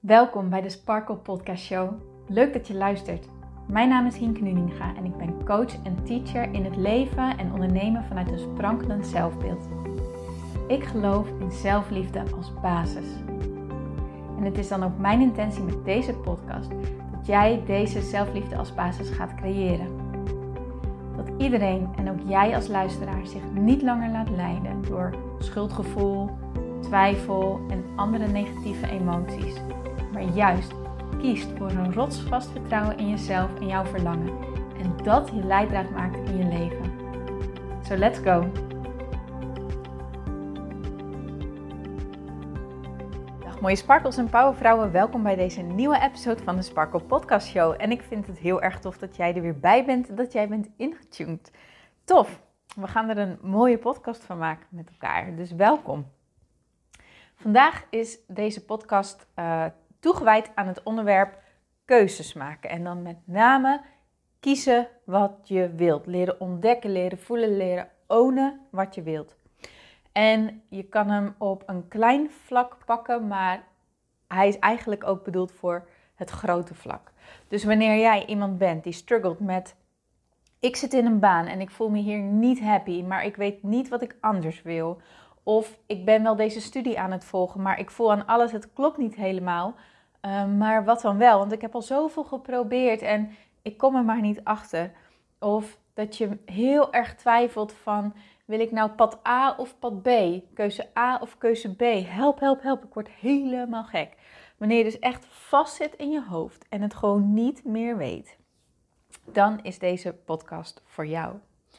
Welkom bij de Sparkle Podcast Show. Leuk dat je luistert. Mijn naam is Hienke Nuninga en ik ben coach en teacher in het leven en ondernemen vanuit een sprankelend zelfbeeld. Ik geloof in zelfliefde als basis. En het is dan ook mijn intentie met deze podcast dat jij deze zelfliefde als basis gaat creëren. Dat iedereen en ook jij als luisteraar zich niet langer laat leiden door schuldgevoel, twijfel en andere negatieve emoties. Maar juist kiest voor een rotsvast vertrouwen in jezelf en jouw verlangen. En dat je leidraad maakt in je leven. So let's go! Dag mooie sparkles en powervrouwen, welkom bij deze nieuwe episode van de Sparkle Podcast Show. En ik vind het heel erg tof dat jij er weer bij bent, dat jij bent ingetuned. Tof! We gaan er een mooie podcast van maken met elkaar, dus welkom. Vandaag is deze podcast toegewijd aan het onderwerp keuzes maken. En dan met name kiezen wat je wilt. Leren ontdekken, leren voelen, leren ownen wat je wilt. En je kan hem op een klein vlak pakken, maar hij is eigenlijk ook bedoeld voor het grote vlak. Dus wanneer jij iemand bent die struggelt met: ik zit in een baan en ik voel me hier niet happy, maar ik weet niet wat ik anders wil. Of ik ben wel deze studie aan het volgen, maar ik voel aan alles, het klopt niet helemaal. Maar wat dan wel? Want ik heb al zoveel geprobeerd en ik kom er maar niet achter. Of dat je heel erg twijfelt van: wil ik nou pad A of pad B? Keuze A of keuze B? Help, help, help. Ik word helemaal gek. Wanneer je dus echt vastzit in je hoofd en het gewoon niet meer weet, dan is deze podcast voor jou.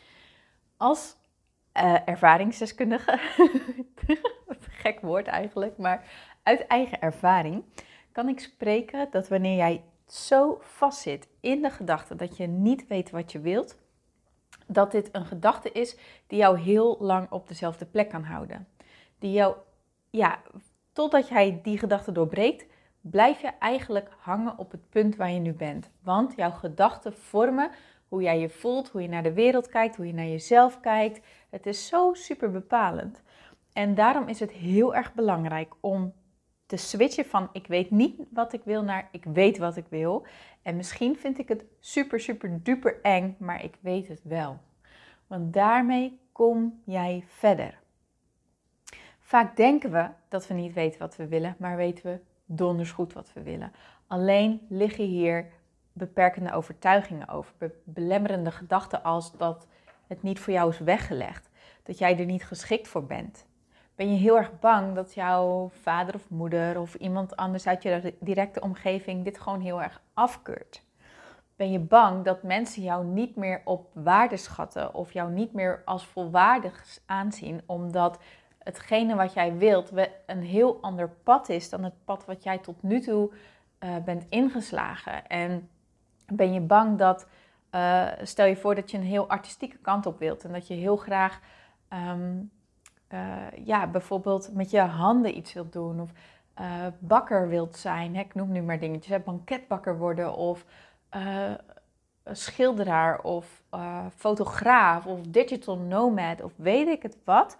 Als ervaringsdeskundige, wat een gek woord eigenlijk, maar uit eigen ervaring kan ik spreken dat wanneer jij zo vastzit in de gedachte dat je niet weet wat je wilt, dat dit een gedachte is die jou heel lang op dezelfde plek kan houden. Die jou, totdat jij die gedachte doorbreekt, blijf je eigenlijk hangen op het punt waar je nu bent. Want jouw gedachten vormen hoe jij je voelt, hoe je naar de wereld kijkt, hoe je naar jezelf kijkt. Het is zo super bepalend. En daarom is het heel erg belangrijk om te switchen van: ik weet niet wat ik wil, naar ik weet wat ik wil. En misschien vind ik het super, super duper eng, maar ik weet het wel. Want daarmee kom jij verder. Vaak denken we dat we niet weten wat we willen, maar weten we donders goed wat we willen. Alleen liggen hier beperkende overtuigingen over, belemmerende gedachten als dat het niet voor jou is weggelegd, dat jij er niet geschikt voor bent. Ben je heel erg bang dat jouw vader of moeder of iemand anders uit je directe omgeving dit gewoon heel erg afkeurt? Ben je bang dat mensen jou niet meer op waarde schatten of jou niet meer als volwaardig aanzien, omdat hetgene wat jij wilt een heel ander pad is dan het pad wat jij tot nu toe bent ingeslagen? En ben je bang dat, stel je voor dat je een heel artistieke kant op wilt en dat je heel graag bijvoorbeeld met je handen iets wilt doen of bakker wilt zijn. Hè? Ik noem nu maar dingetjes. Banketbakker worden of schilderaar of fotograaf of digital nomad of weet ik het wat.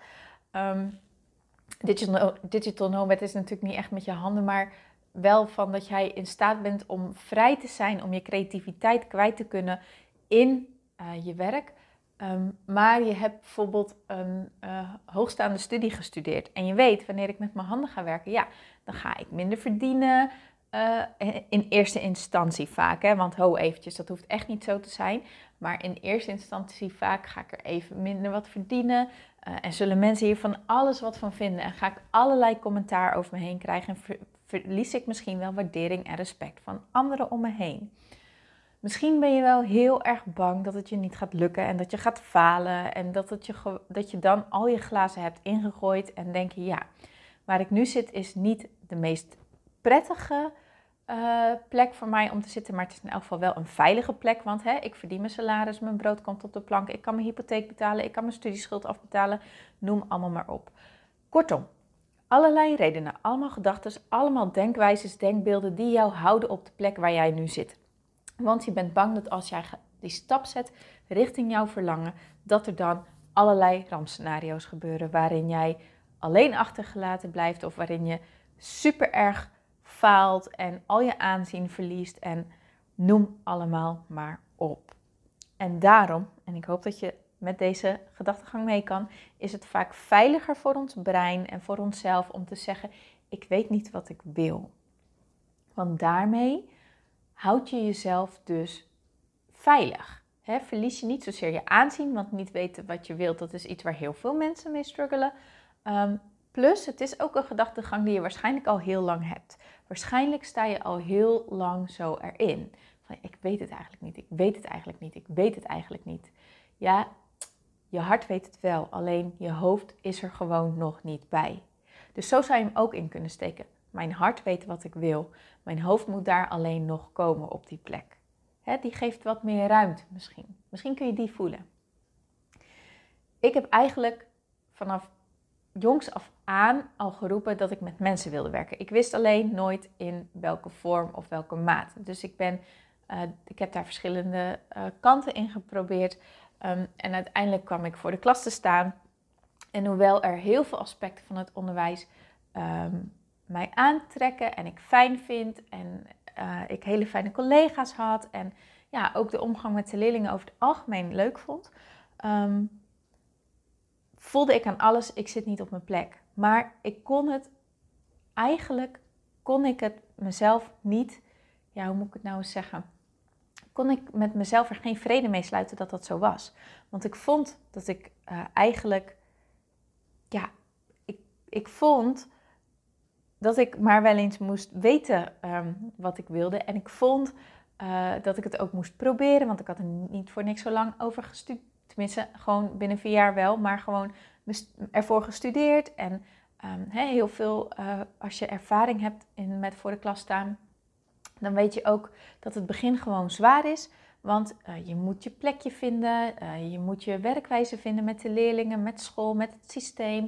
Digital nomad is natuurlijk niet echt met je handen, maar wel van dat jij in staat bent om vrij te zijn, om je creativiteit kwijt te kunnen in je werk. Maar je hebt bijvoorbeeld een hoogstaande studie gestudeerd. En je weet, wanneer ik met mijn handen ga werken, dan ga ik minder verdienen. In eerste instantie vaak, hè? Want eventjes, dat hoeft echt niet zo te zijn. Maar in eerste instantie vaak ga ik er even minder wat verdienen. En zullen mensen hier van alles wat van vinden. En ga ik allerlei commentaar over me heen krijgen. En verlies ik misschien wel waardering en respect van anderen om me heen. Misschien ben je wel heel erg bang dat het je niet gaat lukken en dat je gaat falen. En dat je dan al je glazen hebt ingegooid en denk je: waar ik nu zit is niet de meest prettige plek voor mij om te zitten. Maar het is in elk geval wel een veilige plek. Want ik verdien mijn salaris, mijn brood komt op de plank. Ik kan mijn hypotheek betalen, ik kan mijn studieschuld afbetalen. Noem allemaal maar op. Kortom, allerlei redenen, allemaal gedachten, allemaal denkwijzes, denkbeelden die jou houden op de plek waar jij nu zit. Want je bent bang dat als jij die stap zet richting jouw verlangen, dat er dan allerlei rampscenario's gebeuren waarin jij alleen achtergelaten blijft of waarin je super erg faalt en al je aanzien verliest en noem allemaal maar op. En daarom, en ik hoop dat je met deze gedachtegang mee kan, is het vaak veiliger voor ons brein en voor onszelf om te zeggen, ik weet niet wat ik wil. Want daarmee houd je jezelf dus veilig. Verlies je niet zozeer je aanzien, want niet weten wat je wilt, dat is iets waar heel veel mensen mee struggelen. Plus, het is ook een gedachtegang die je waarschijnlijk al heel lang hebt. Waarschijnlijk sta je al heel lang zo erin. Van, ik weet het eigenlijk niet, ik weet het eigenlijk niet, ik weet het eigenlijk niet. Ja, je hart weet het wel, alleen je hoofd is er gewoon nog niet bij. Dus zo zou je hem ook in kunnen steken. Mijn hart weet wat ik wil. Mijn hoofd moet daar alleen nog komen op die plek. Die geeft wat meer ruimte misschien. Misschien kun je die voelen. Ik heb eigenlijk vanaf jongs af aan al geroepen dat ik met mensen wilde werken. Ik wist alleen nooit in welke vorm of welke maat. Dus ik heb daar verschillende kanten in geprobeerd. En uiteindelijk kwam ik voor de klas te staan. En hoewel er heel veel aspecten van het onderwijs mij aantrekken en ik fijn vind en ik hele fijne collega's had en ja, ook de omgang met de leerlingen over het algemeen leuk vond, voelde ik aan alles, ik zit niet op mijn plek. Maar kon ik het mezelf niet, ja, hoe moet ik het nou eens zeggen, kon ik met mezelf er geen vrede mee sluiten dat dat zo was. Want ik vond dat ik ik vond dat ik maar wel eens moest weten wat ik wilde. En ik vond dat ik het ook moest proberen, want ik had er niet voor niks zo lang over gestudeerd. Tenminste, gewoon binnen 4 jaar wel, maar gewoon ervoor gestudeerd. En heel veel, als je ervaring hebt met voor de klas staan, dan weet je ook dat het begin gewoon zwaar is. Want je moet je plekje vinden, je moet je werkwijze vinden met de leerlingen, met school, met het systeem.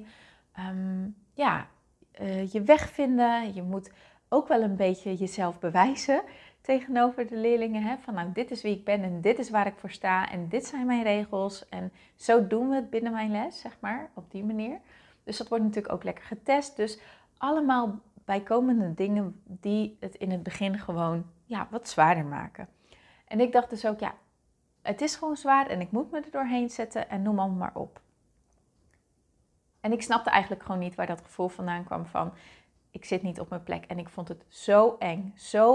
Je weg vinden. Je moet ook wel een beetje jezelf bewijzen tegenover de leerlingen. Van nou, dit is wie ik ben en dit is waar ik voor sta en dit zijn mijn regels. En zo doen we het binnen mijn les, zeg maar, op die manier. Dus dat wordt natuurlijk ook lekker getest. Dus allemaal bijkomende dingen die het in het begin gewoon wat zwaarder maken. En ik dacht dus ook, het is gewoon zwaar en ik moet me er doorheen zetten en noem allemaal maar op. En ik snapte eigenlijk gewoon niet waar dat gevoel vandaan kwam van, ik zit niet op mijn plek. En ik vond het zo eng,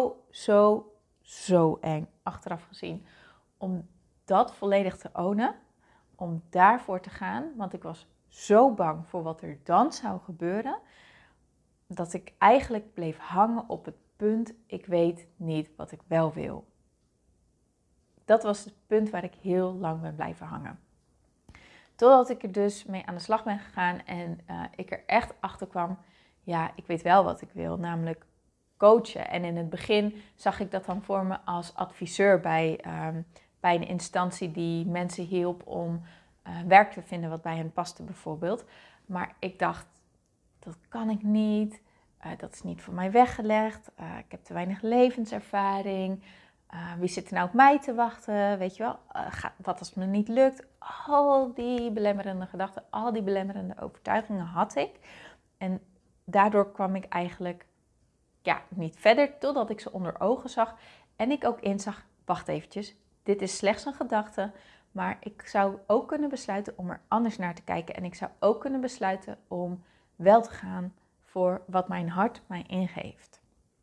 zo eng, achteraf gezien, om dat volledig te ownen, om daarvoor te gaan. Want ik was zo bang voor wat er dan zou gebeuren, dat ik eigenlijk bleef hangen op het punt, ik weet niet wat ik wel wil. Dat was het punt waar ik heel lang ben blijven hangen. Totdat ik er dus mee aan de slag ben gegaan en ik er echt achter kwam, ik weet wel wat ik wil, namelijk coachen. En in het begin zag ik dat dan voor me als adviseur bij een instantie die mensen hielp om werk te vinden wat bij hen paste bijvoorbeeld. Maar ik dacht, dat kan ik niet, dat is niet voor mij weggelegd, ik heb te weinig levenservaring. Wie zit er nou op mij te wachten? Weet je wel, wat als het me niet lukt? Al die belemmerende gedachten, al die belemmerende overtuigingen had ik. En daardoor kwam ik eigenlijk niet verder totdat ik ze onder ogen zag. En ik ook inzag, wacht eventjes, dit is slechts een gedachte. Maar ik zou ook kunnen besluiten om er anders naar te kijken. En ik zou ook kunnen besluiten om wel te gaan voor wat mijn hart mij ingeeft.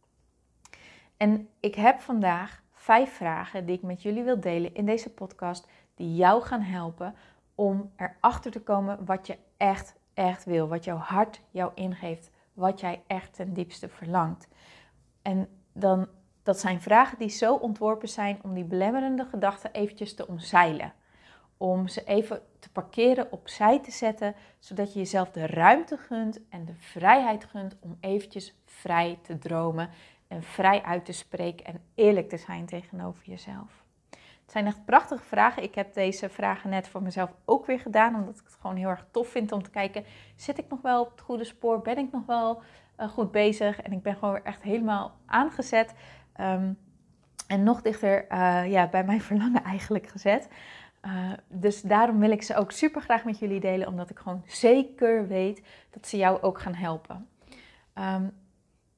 En ik heb vandaag 5 vragen die ik met jullie wil delen in deze podcast, die jou gaan helpen om erachter te komen wat je echt wil, wat jouw hart jou ingeeft, wat jij echt ten diepste verlangt. En dat zijn vragen die zo ontworpen zijn om die belemmerende gedachten eventjes te omzeilen. Om ze even te parkeren, opzij te zetten, zodat je jezelf de ruimte gunt en de vrijheid gunt om eventjes vrij te dromen en vrij uit te spreken en eerlijk te zijn tegenover jezelf. Het zijn echt prachtige vragen. Ik heb deze vragen net voor mezelf ook weer gedaan, omdat ik het gewoon heel erg tof vind om te kijken, zit ik nog wel op het goede spoor? Ben ik nog wel goed bezig? En ik ben gewoon weer echt helemaal aangezet en nog dichter bij mijn verlangen eigenlijk gezet. Dus daarom wil ik ze ook super graag met jullie delen, omdat ik gewoon zeker weet dat ze jou ook gaan helpen.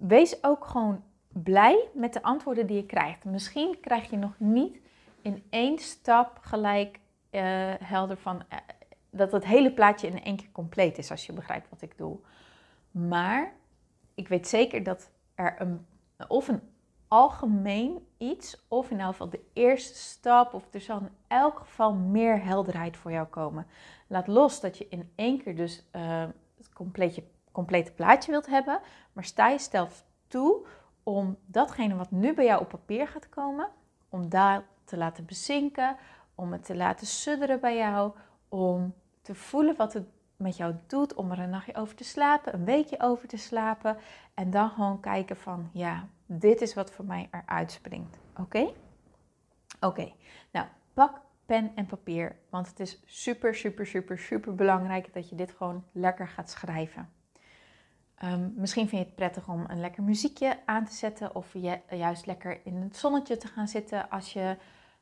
wees ook gewoon blij met de antwoorden die je krijgt. Misschien krijg je nog niet in één stap gelijk helder van dat het hele plaatje in één keer compleet is, als je begrijpt wat ik bedoel. Maar ik weet zeker dat er een algemeen iets, of in elk geval de eerste stap, of er zal in elk geval meer helderheid voor jou komen. Laat los dat je in één keer dus het complete plaatje wilt hebben, maar sta jezelf toe om datgene wat nu bij jou op papier gaat komen, om daar te laten bezinken, om het te laten sudderen bij jou, om te voelen wat het met jou doet, om er een nachtje over te slapen, een weekje over te slapen en dan gewoon kijken van, ja, dit is wat voor mij eruit springt. Oké? Oké. Nou, pak pen en papier, want het is super, super, super, super belangrijk dat je dit gewoon lekker gaat schrijven. Misschien vind je het prettig om een lekker muziekje aan te zetten of juist lekker in het zonnetje te gaan zitten als je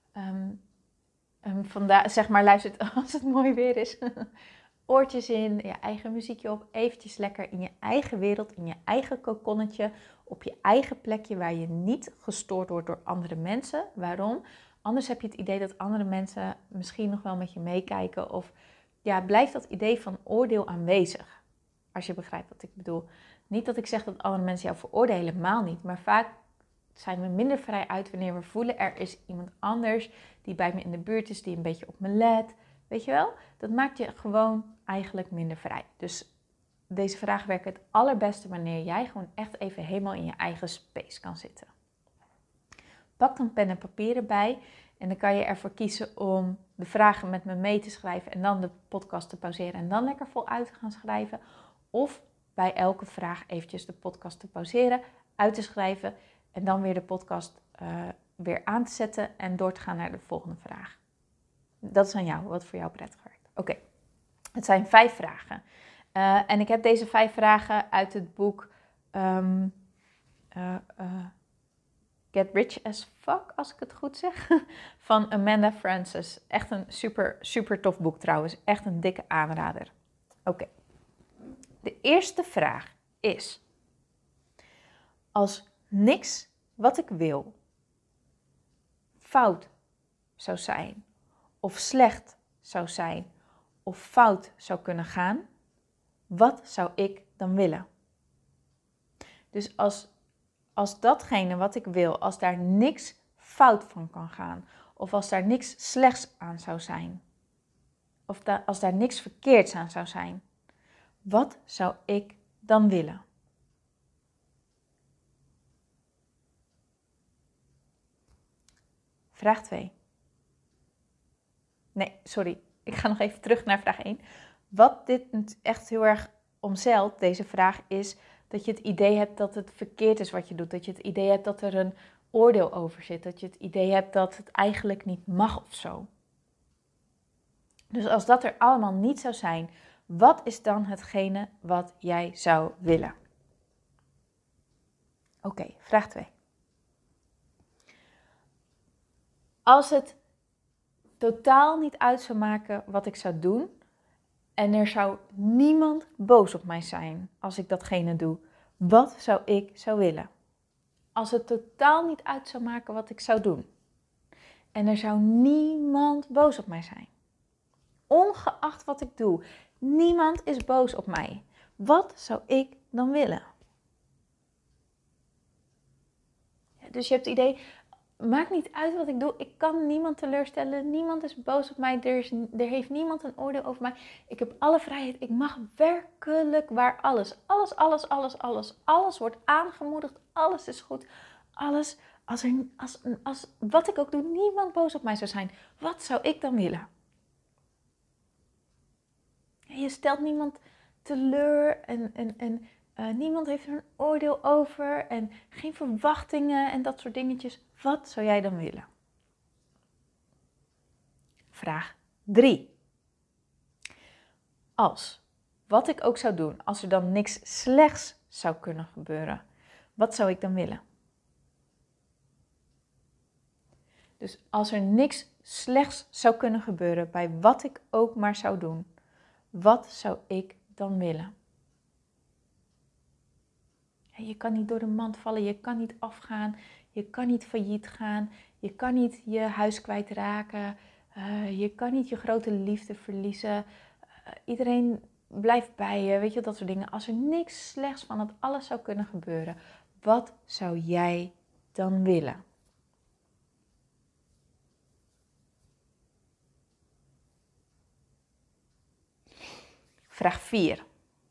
vandaag, zeg maar, luistert als het mooi weer is. Oortjes in, je eigen muziekje op, eventjes lekker in je eigen wereld, in je eigen kokonnetje, op je eigen plekje waar je niet gestoord wordt door andere mensen. Waarom? Anders heb je het idee dat andere mensen misschien nog wel met je meekijken of ja, blijft dat idee van oordeel aanwezig. Als je begrijpt wat ik bedoel. Niet dat ik zeg dat andere mensen jou veroordelen, helemaal niet. Maar vaak zijn we minder vrij uit wanneer we voelen er is iemand anders die bij me in de buurt is, die een beetje op me let. Weet je wel? Dat maakt je gewoon eigenlijk minder vrij. Dus deze vragen werken het allerbeste wanneer jij gewoon echt even helemaal in je eigen space kan zitten. Pak dan pen en papier erbij en dan kan je ervoor kiezen om de vragen met me mee te schrijven en dan de podcast te pauzeren en dan lekker voluit te gaan schrijven. Of bij elke vraag eventjes de podcast te pauzeren, uit te schrijven en dan weer de podcast weer aan te zetten en door te gaan naar de volgende vraag. Dat is aan jou, wat voor jou prettig werkt. Oké, het zijn 5 vragen. En ik heb deze 5 vragen uit het boek Get Rich as Fuck, als ik het goed zeg, van Amanda Frances. Echt een super, super tof boek trouwens. Echt een dikke aanrader. Oké. De eerste vraag is: als niks wat ik wil fout zou zijn, of slecht zou zijn, of fout zou kunnen gaan, wat zou ik dan willen? Dus als datgene wat ik wil, als daar niks fout van kan gaan, of als daar niks slechts aan zou zijn, of als daar niks verkeerds aan zou zijn, wat zou ik dan willen? Vraag 2. Nee, sorry. Ik ga nog even terug naar vraag 1. Wat dit echt heel erg omzeilt, deze vraag, is dat je het idee hebt dat het verkeerd is wat je doet. Dat je het idee hebt dat er een oordeel over zit. Dat je het idee hebt dat het eigenlijk niet mag of zo. Dus als dat er allemaal niet zou zijn, wat is dan hetgene wat jij zou willen? Oké, vraag 2. Als het totaal niet uit zou maken wat ik zou doen en er zou niemand boos op mij zijn als ik datgene doe, wat zou ik willen? Als het totaal niet uit zou maken wat ik zou doen en er zou niemand boos op mij zijn, ongeacht wat ik doe, niemand is boos op mij, wat zou ik dan willen? Dus je hebt het idee, maakt niet uit wat ik doe. Ik kan niemand teleurstellen. Niemand is boos op mij. Er heeft niemand een oordeel over mij. Ik heb alle vrijheid. Ik mag werkelijk waar alles. Alles wordt aangemoedigd. Alles is goed. Alles. Als wat ik ook doe, niemand boos op mij zou zijn. Wat zou ik dan willen? Je stelt niemand teleur en niemand heeft er een oordeel over en geen verwachtingen en dat soort dingetjes. Wat zou jij dan willen? Vraag 3. Als, wat ik ook zou doen, als er dan niks slechts zou kunnen gebeuren, wat zou ik dan willen? Dus als er niks slechts zou kunnen gebeuren bij wat ik ook maar zou doen, wat zou ik dan willen? Je kan niet door de mand vallen, je kan niet afgaan, je kan niet failliet gaan, je kan niet je huis kwijtraken, je kan niet je grote liefde verliezen. Iedereen blijft bij je, weet je, dat soort dingen. Als er niks slechts van het alles zou kunnen gebeuren, wat zou jij dan willen? Vraag 4.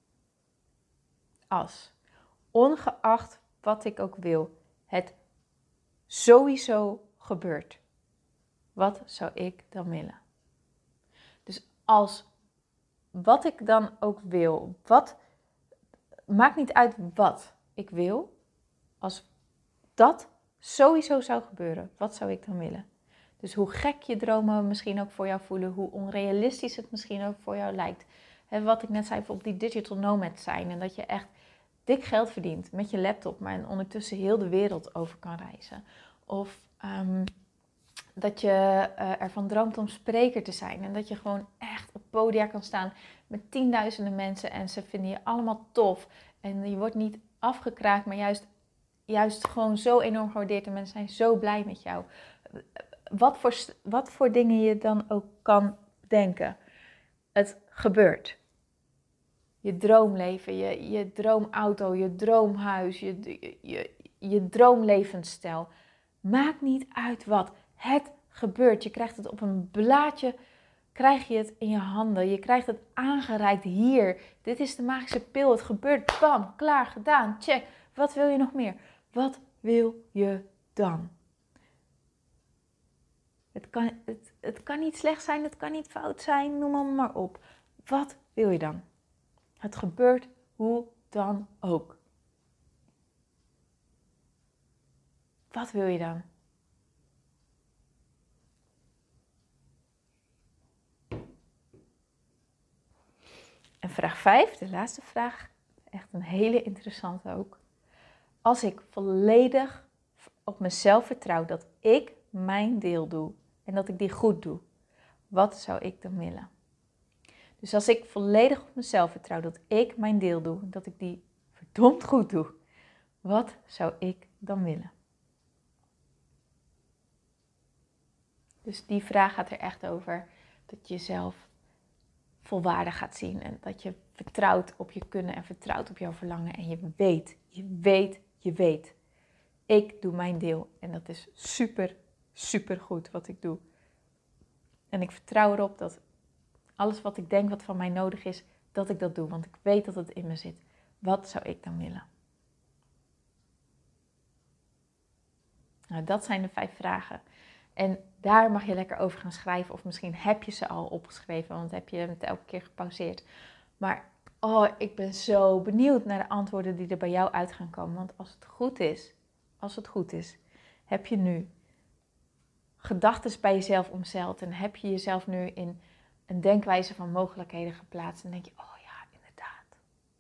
Als, ongeacht wat ik ook wil, het sowieso gebeurt, wat zou ik dan willen? Dus als wat ik dan ook wil, maakt niet uit wat ik wil, als dat sowieso zou gebeuren, wat zou ik dan willen? Dus hoe gek je dromen misschien ook voor jou voelen, hoe onrealistisch het misschien ook voor jou lijkt. En wat ik net zei, bijvoorbeeld die digital nomad zijn en dat je echt dik geld verdient met je laptop, maar ondertussen heel de wereld over kan reizen. Of dat je ervan droomt om spreker te zijn en dat je gewoon echt op podia kan staan met tienduizenden mensen en ze vinden je allemaal tof. En je wordt niet afgekraakt, maar juist gewoon zo enorm gewaardeerd en mensen zijn zo blij met jou. Wat voor dingen je dan ook kan denken. Het gebeurt. Je droomleven, je droomauto, je droomhuis, je droomlevensstijl. Maakt niet uit wat. Het gebeurt. Je krijgt het op een blaadje, krijg je het in je handen. Je krijgt het aangereikt hier. Dit is de magische pil. Het gebeurt. Bam, klaar, gedaan. Check. Wat wil je nog meer? Wat wil je dan? Het kan niet slecht zijn, het kan niet fout zijn, noem hem maar op. Wat wil je dan? Het gebeurt hoe dan ook. Wat wil je dan? En vraag 5, de laatste vraag, echt een hele interessante ook. Als ik volledig op mezelf vertrouw dat ik mijn deel doe en dat ik die goed doe, wat zou ik dan willen? Dus als ik volledig op mezelf vertrouw dat ik mijn deel doe en dat ik die verdomd goed doe, wat zou ik dan willen? Dus die vraag gaat er echt over dat je jezelf volwaardig gaat zien en dat je vertrouwt op je kunnen en vertrouwt op jouw verlangen en je weet. Ik doe mijn deel en dat is super, super goed wat ik doe. En ik vertrouw erop dat alles wat ik denk wat van mij nodig is, dat ik dat doe, want ik weet dat het in me zit. Wat zou ik dan willen? Nou, dat zijn de 5 vragen. En daar mag je lekker over gaan schrijven. Of misschien heb je ze al opgeschreven, want heb je het elke keer gepauzeerd. Maar ik ben zo benieuwd naar de antwoorden die er bij jou uit gaan komen. Want als het goed is, heb je nu gedachten bij jezelf omzeild. En heb je jezelf nu in een denkwijze van mogelijkheden geplaatst. En denk je, oh ja, inderdaad.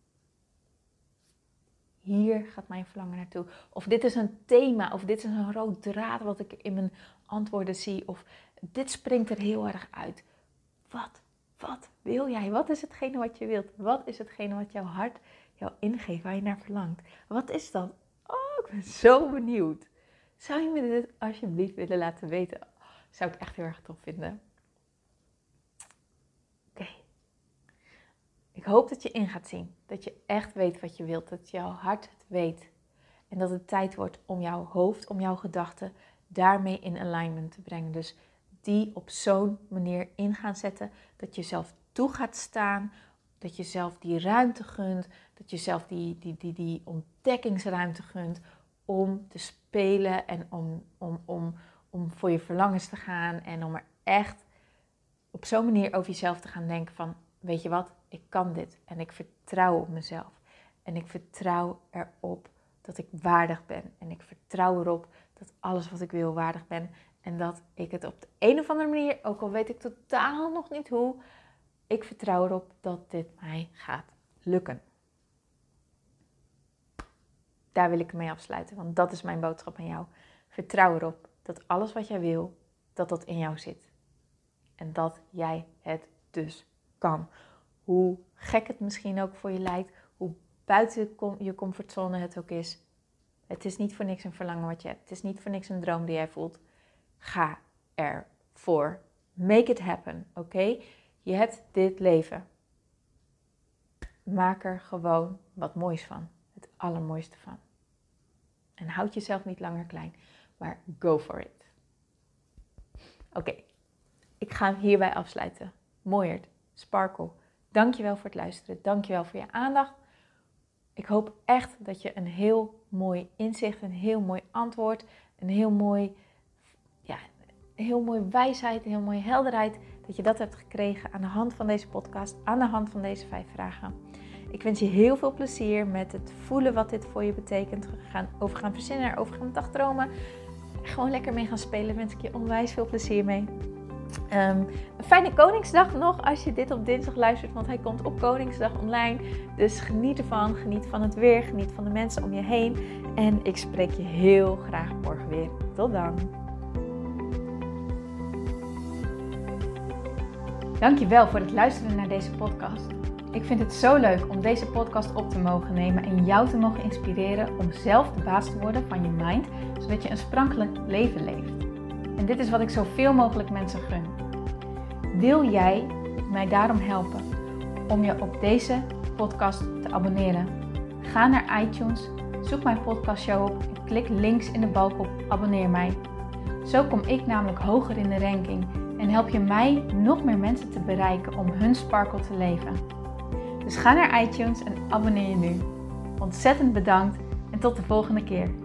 Hier gaat mijn verlangen naartoe. Of dit is een thema, of dit is een rood draad wat ik in mijn antwoorden zie. Of dit springt er heel erg uit. Wat wil jij? Wat is hetgene wat je wilt? Wat is hetgene wat jouw hart jou ingeeft, waar je naar verlangt? Wat is dat? Oh, ik ben zo benieuwd. Zou je me dit alsjeblieft willen laten weten? Zou ik echt heel erg tof vinden. Oké. Ik hoop dat je in gaat zien. Dat je echt weet wat je wilt. Dat jouw hart het weet. En dat het tijd wordt om jouw hoofd, om jouw gedachten daarmee in alignment te brengen. Dus die op zo'n manier in gaan zetten dat je zelf toe gaat staan. Dat je zelf die ruimte gunt. Dat je zelf die ontdekkingsruimte gunt om te spelen en om voor je verlangens te gaan. En om er echt op zo'n manier over jezelf te gaan denken van, weet je wat, ik kan dit. En ik vertrouw op mezelf. En ik vertrouw erop dat ik waardig ben. En ik vertrouw erop dat alles wat ik wil waardig ben. En dat ik het op de een of andere manier, ook al weet ik totaal nog niet hoe, ik vertrouw erop dat dit mij gaat lukken. Daar wil ik mee afsluiten, want dat is mijn boodschap aan jou. Vertrouw erop dat alles wat jij wil, dat in jou zit. En dat jij het dus kan. Hoe gek het misschien ook voor je lijkt, hoe buiten je comfortzone het ook is. Het is niet voor niks een verlangen wat je hebt. Het is niet voor niks een droom die jij voelt. Ga ervoor. Make it happen, oké? Je hebt dit leven. Maak er gewoon wat moois van. Het allermooiste van. En houd jezelf niet langer klein, maar go for it. Oké, ik ga hem hierbij afsluiten. Mooiert, Sparkle, dankjewel voor het luisteren. Dankjewel voor je aandacht. Ik hoop echt dat je een heel mooi inzicht, een heel mooi antwoord, een heel mooi wijsheid, een heel mooie helderheid, dat je dat hebt gekregen aan de hand van deze podcast, aan de hand van deze 5 vragen. Ik wens je heel veel plezier met het voelen wat dit voor je betekent. Over gaan verzinnen, over gaan dagdromen. Gewoon lekker mee gaan spelen. Wens ik je onwijs veel plezier mee. Een fijne Koningsdag nog als je dit op dinsdag luistert, want hij komt op Koningsdag online. Dus geniet ervan, geniet van het weer, geniet van de mensen om je heen. En ik spreek je heel graag morgen weer. Tot dan. Dankjewel voor het luisteren naar deze podcast. Ik vind het zo leuk om deze podcast op te mogen nemen en jou te mogen inspireren om zelf de baas te worden van je mind, zodat je een sprankelijk leven leeft. En dit is wat ik zoveel mogelijk mensen gun. Wil jij mij daarom helpen om je op deze podcast te abonneren? Ga naar iTunes, zoek mijn podcastshow op en klik links in de balk op abonneer mij. Zo kom ik namelijk hoger in de ranking en help je mij nog meer mensen te bereiken om hun sparkle te leven. Dus ga naar iTunes en abonneer je nu. Ontzettend bedankt en tot de volgende keer.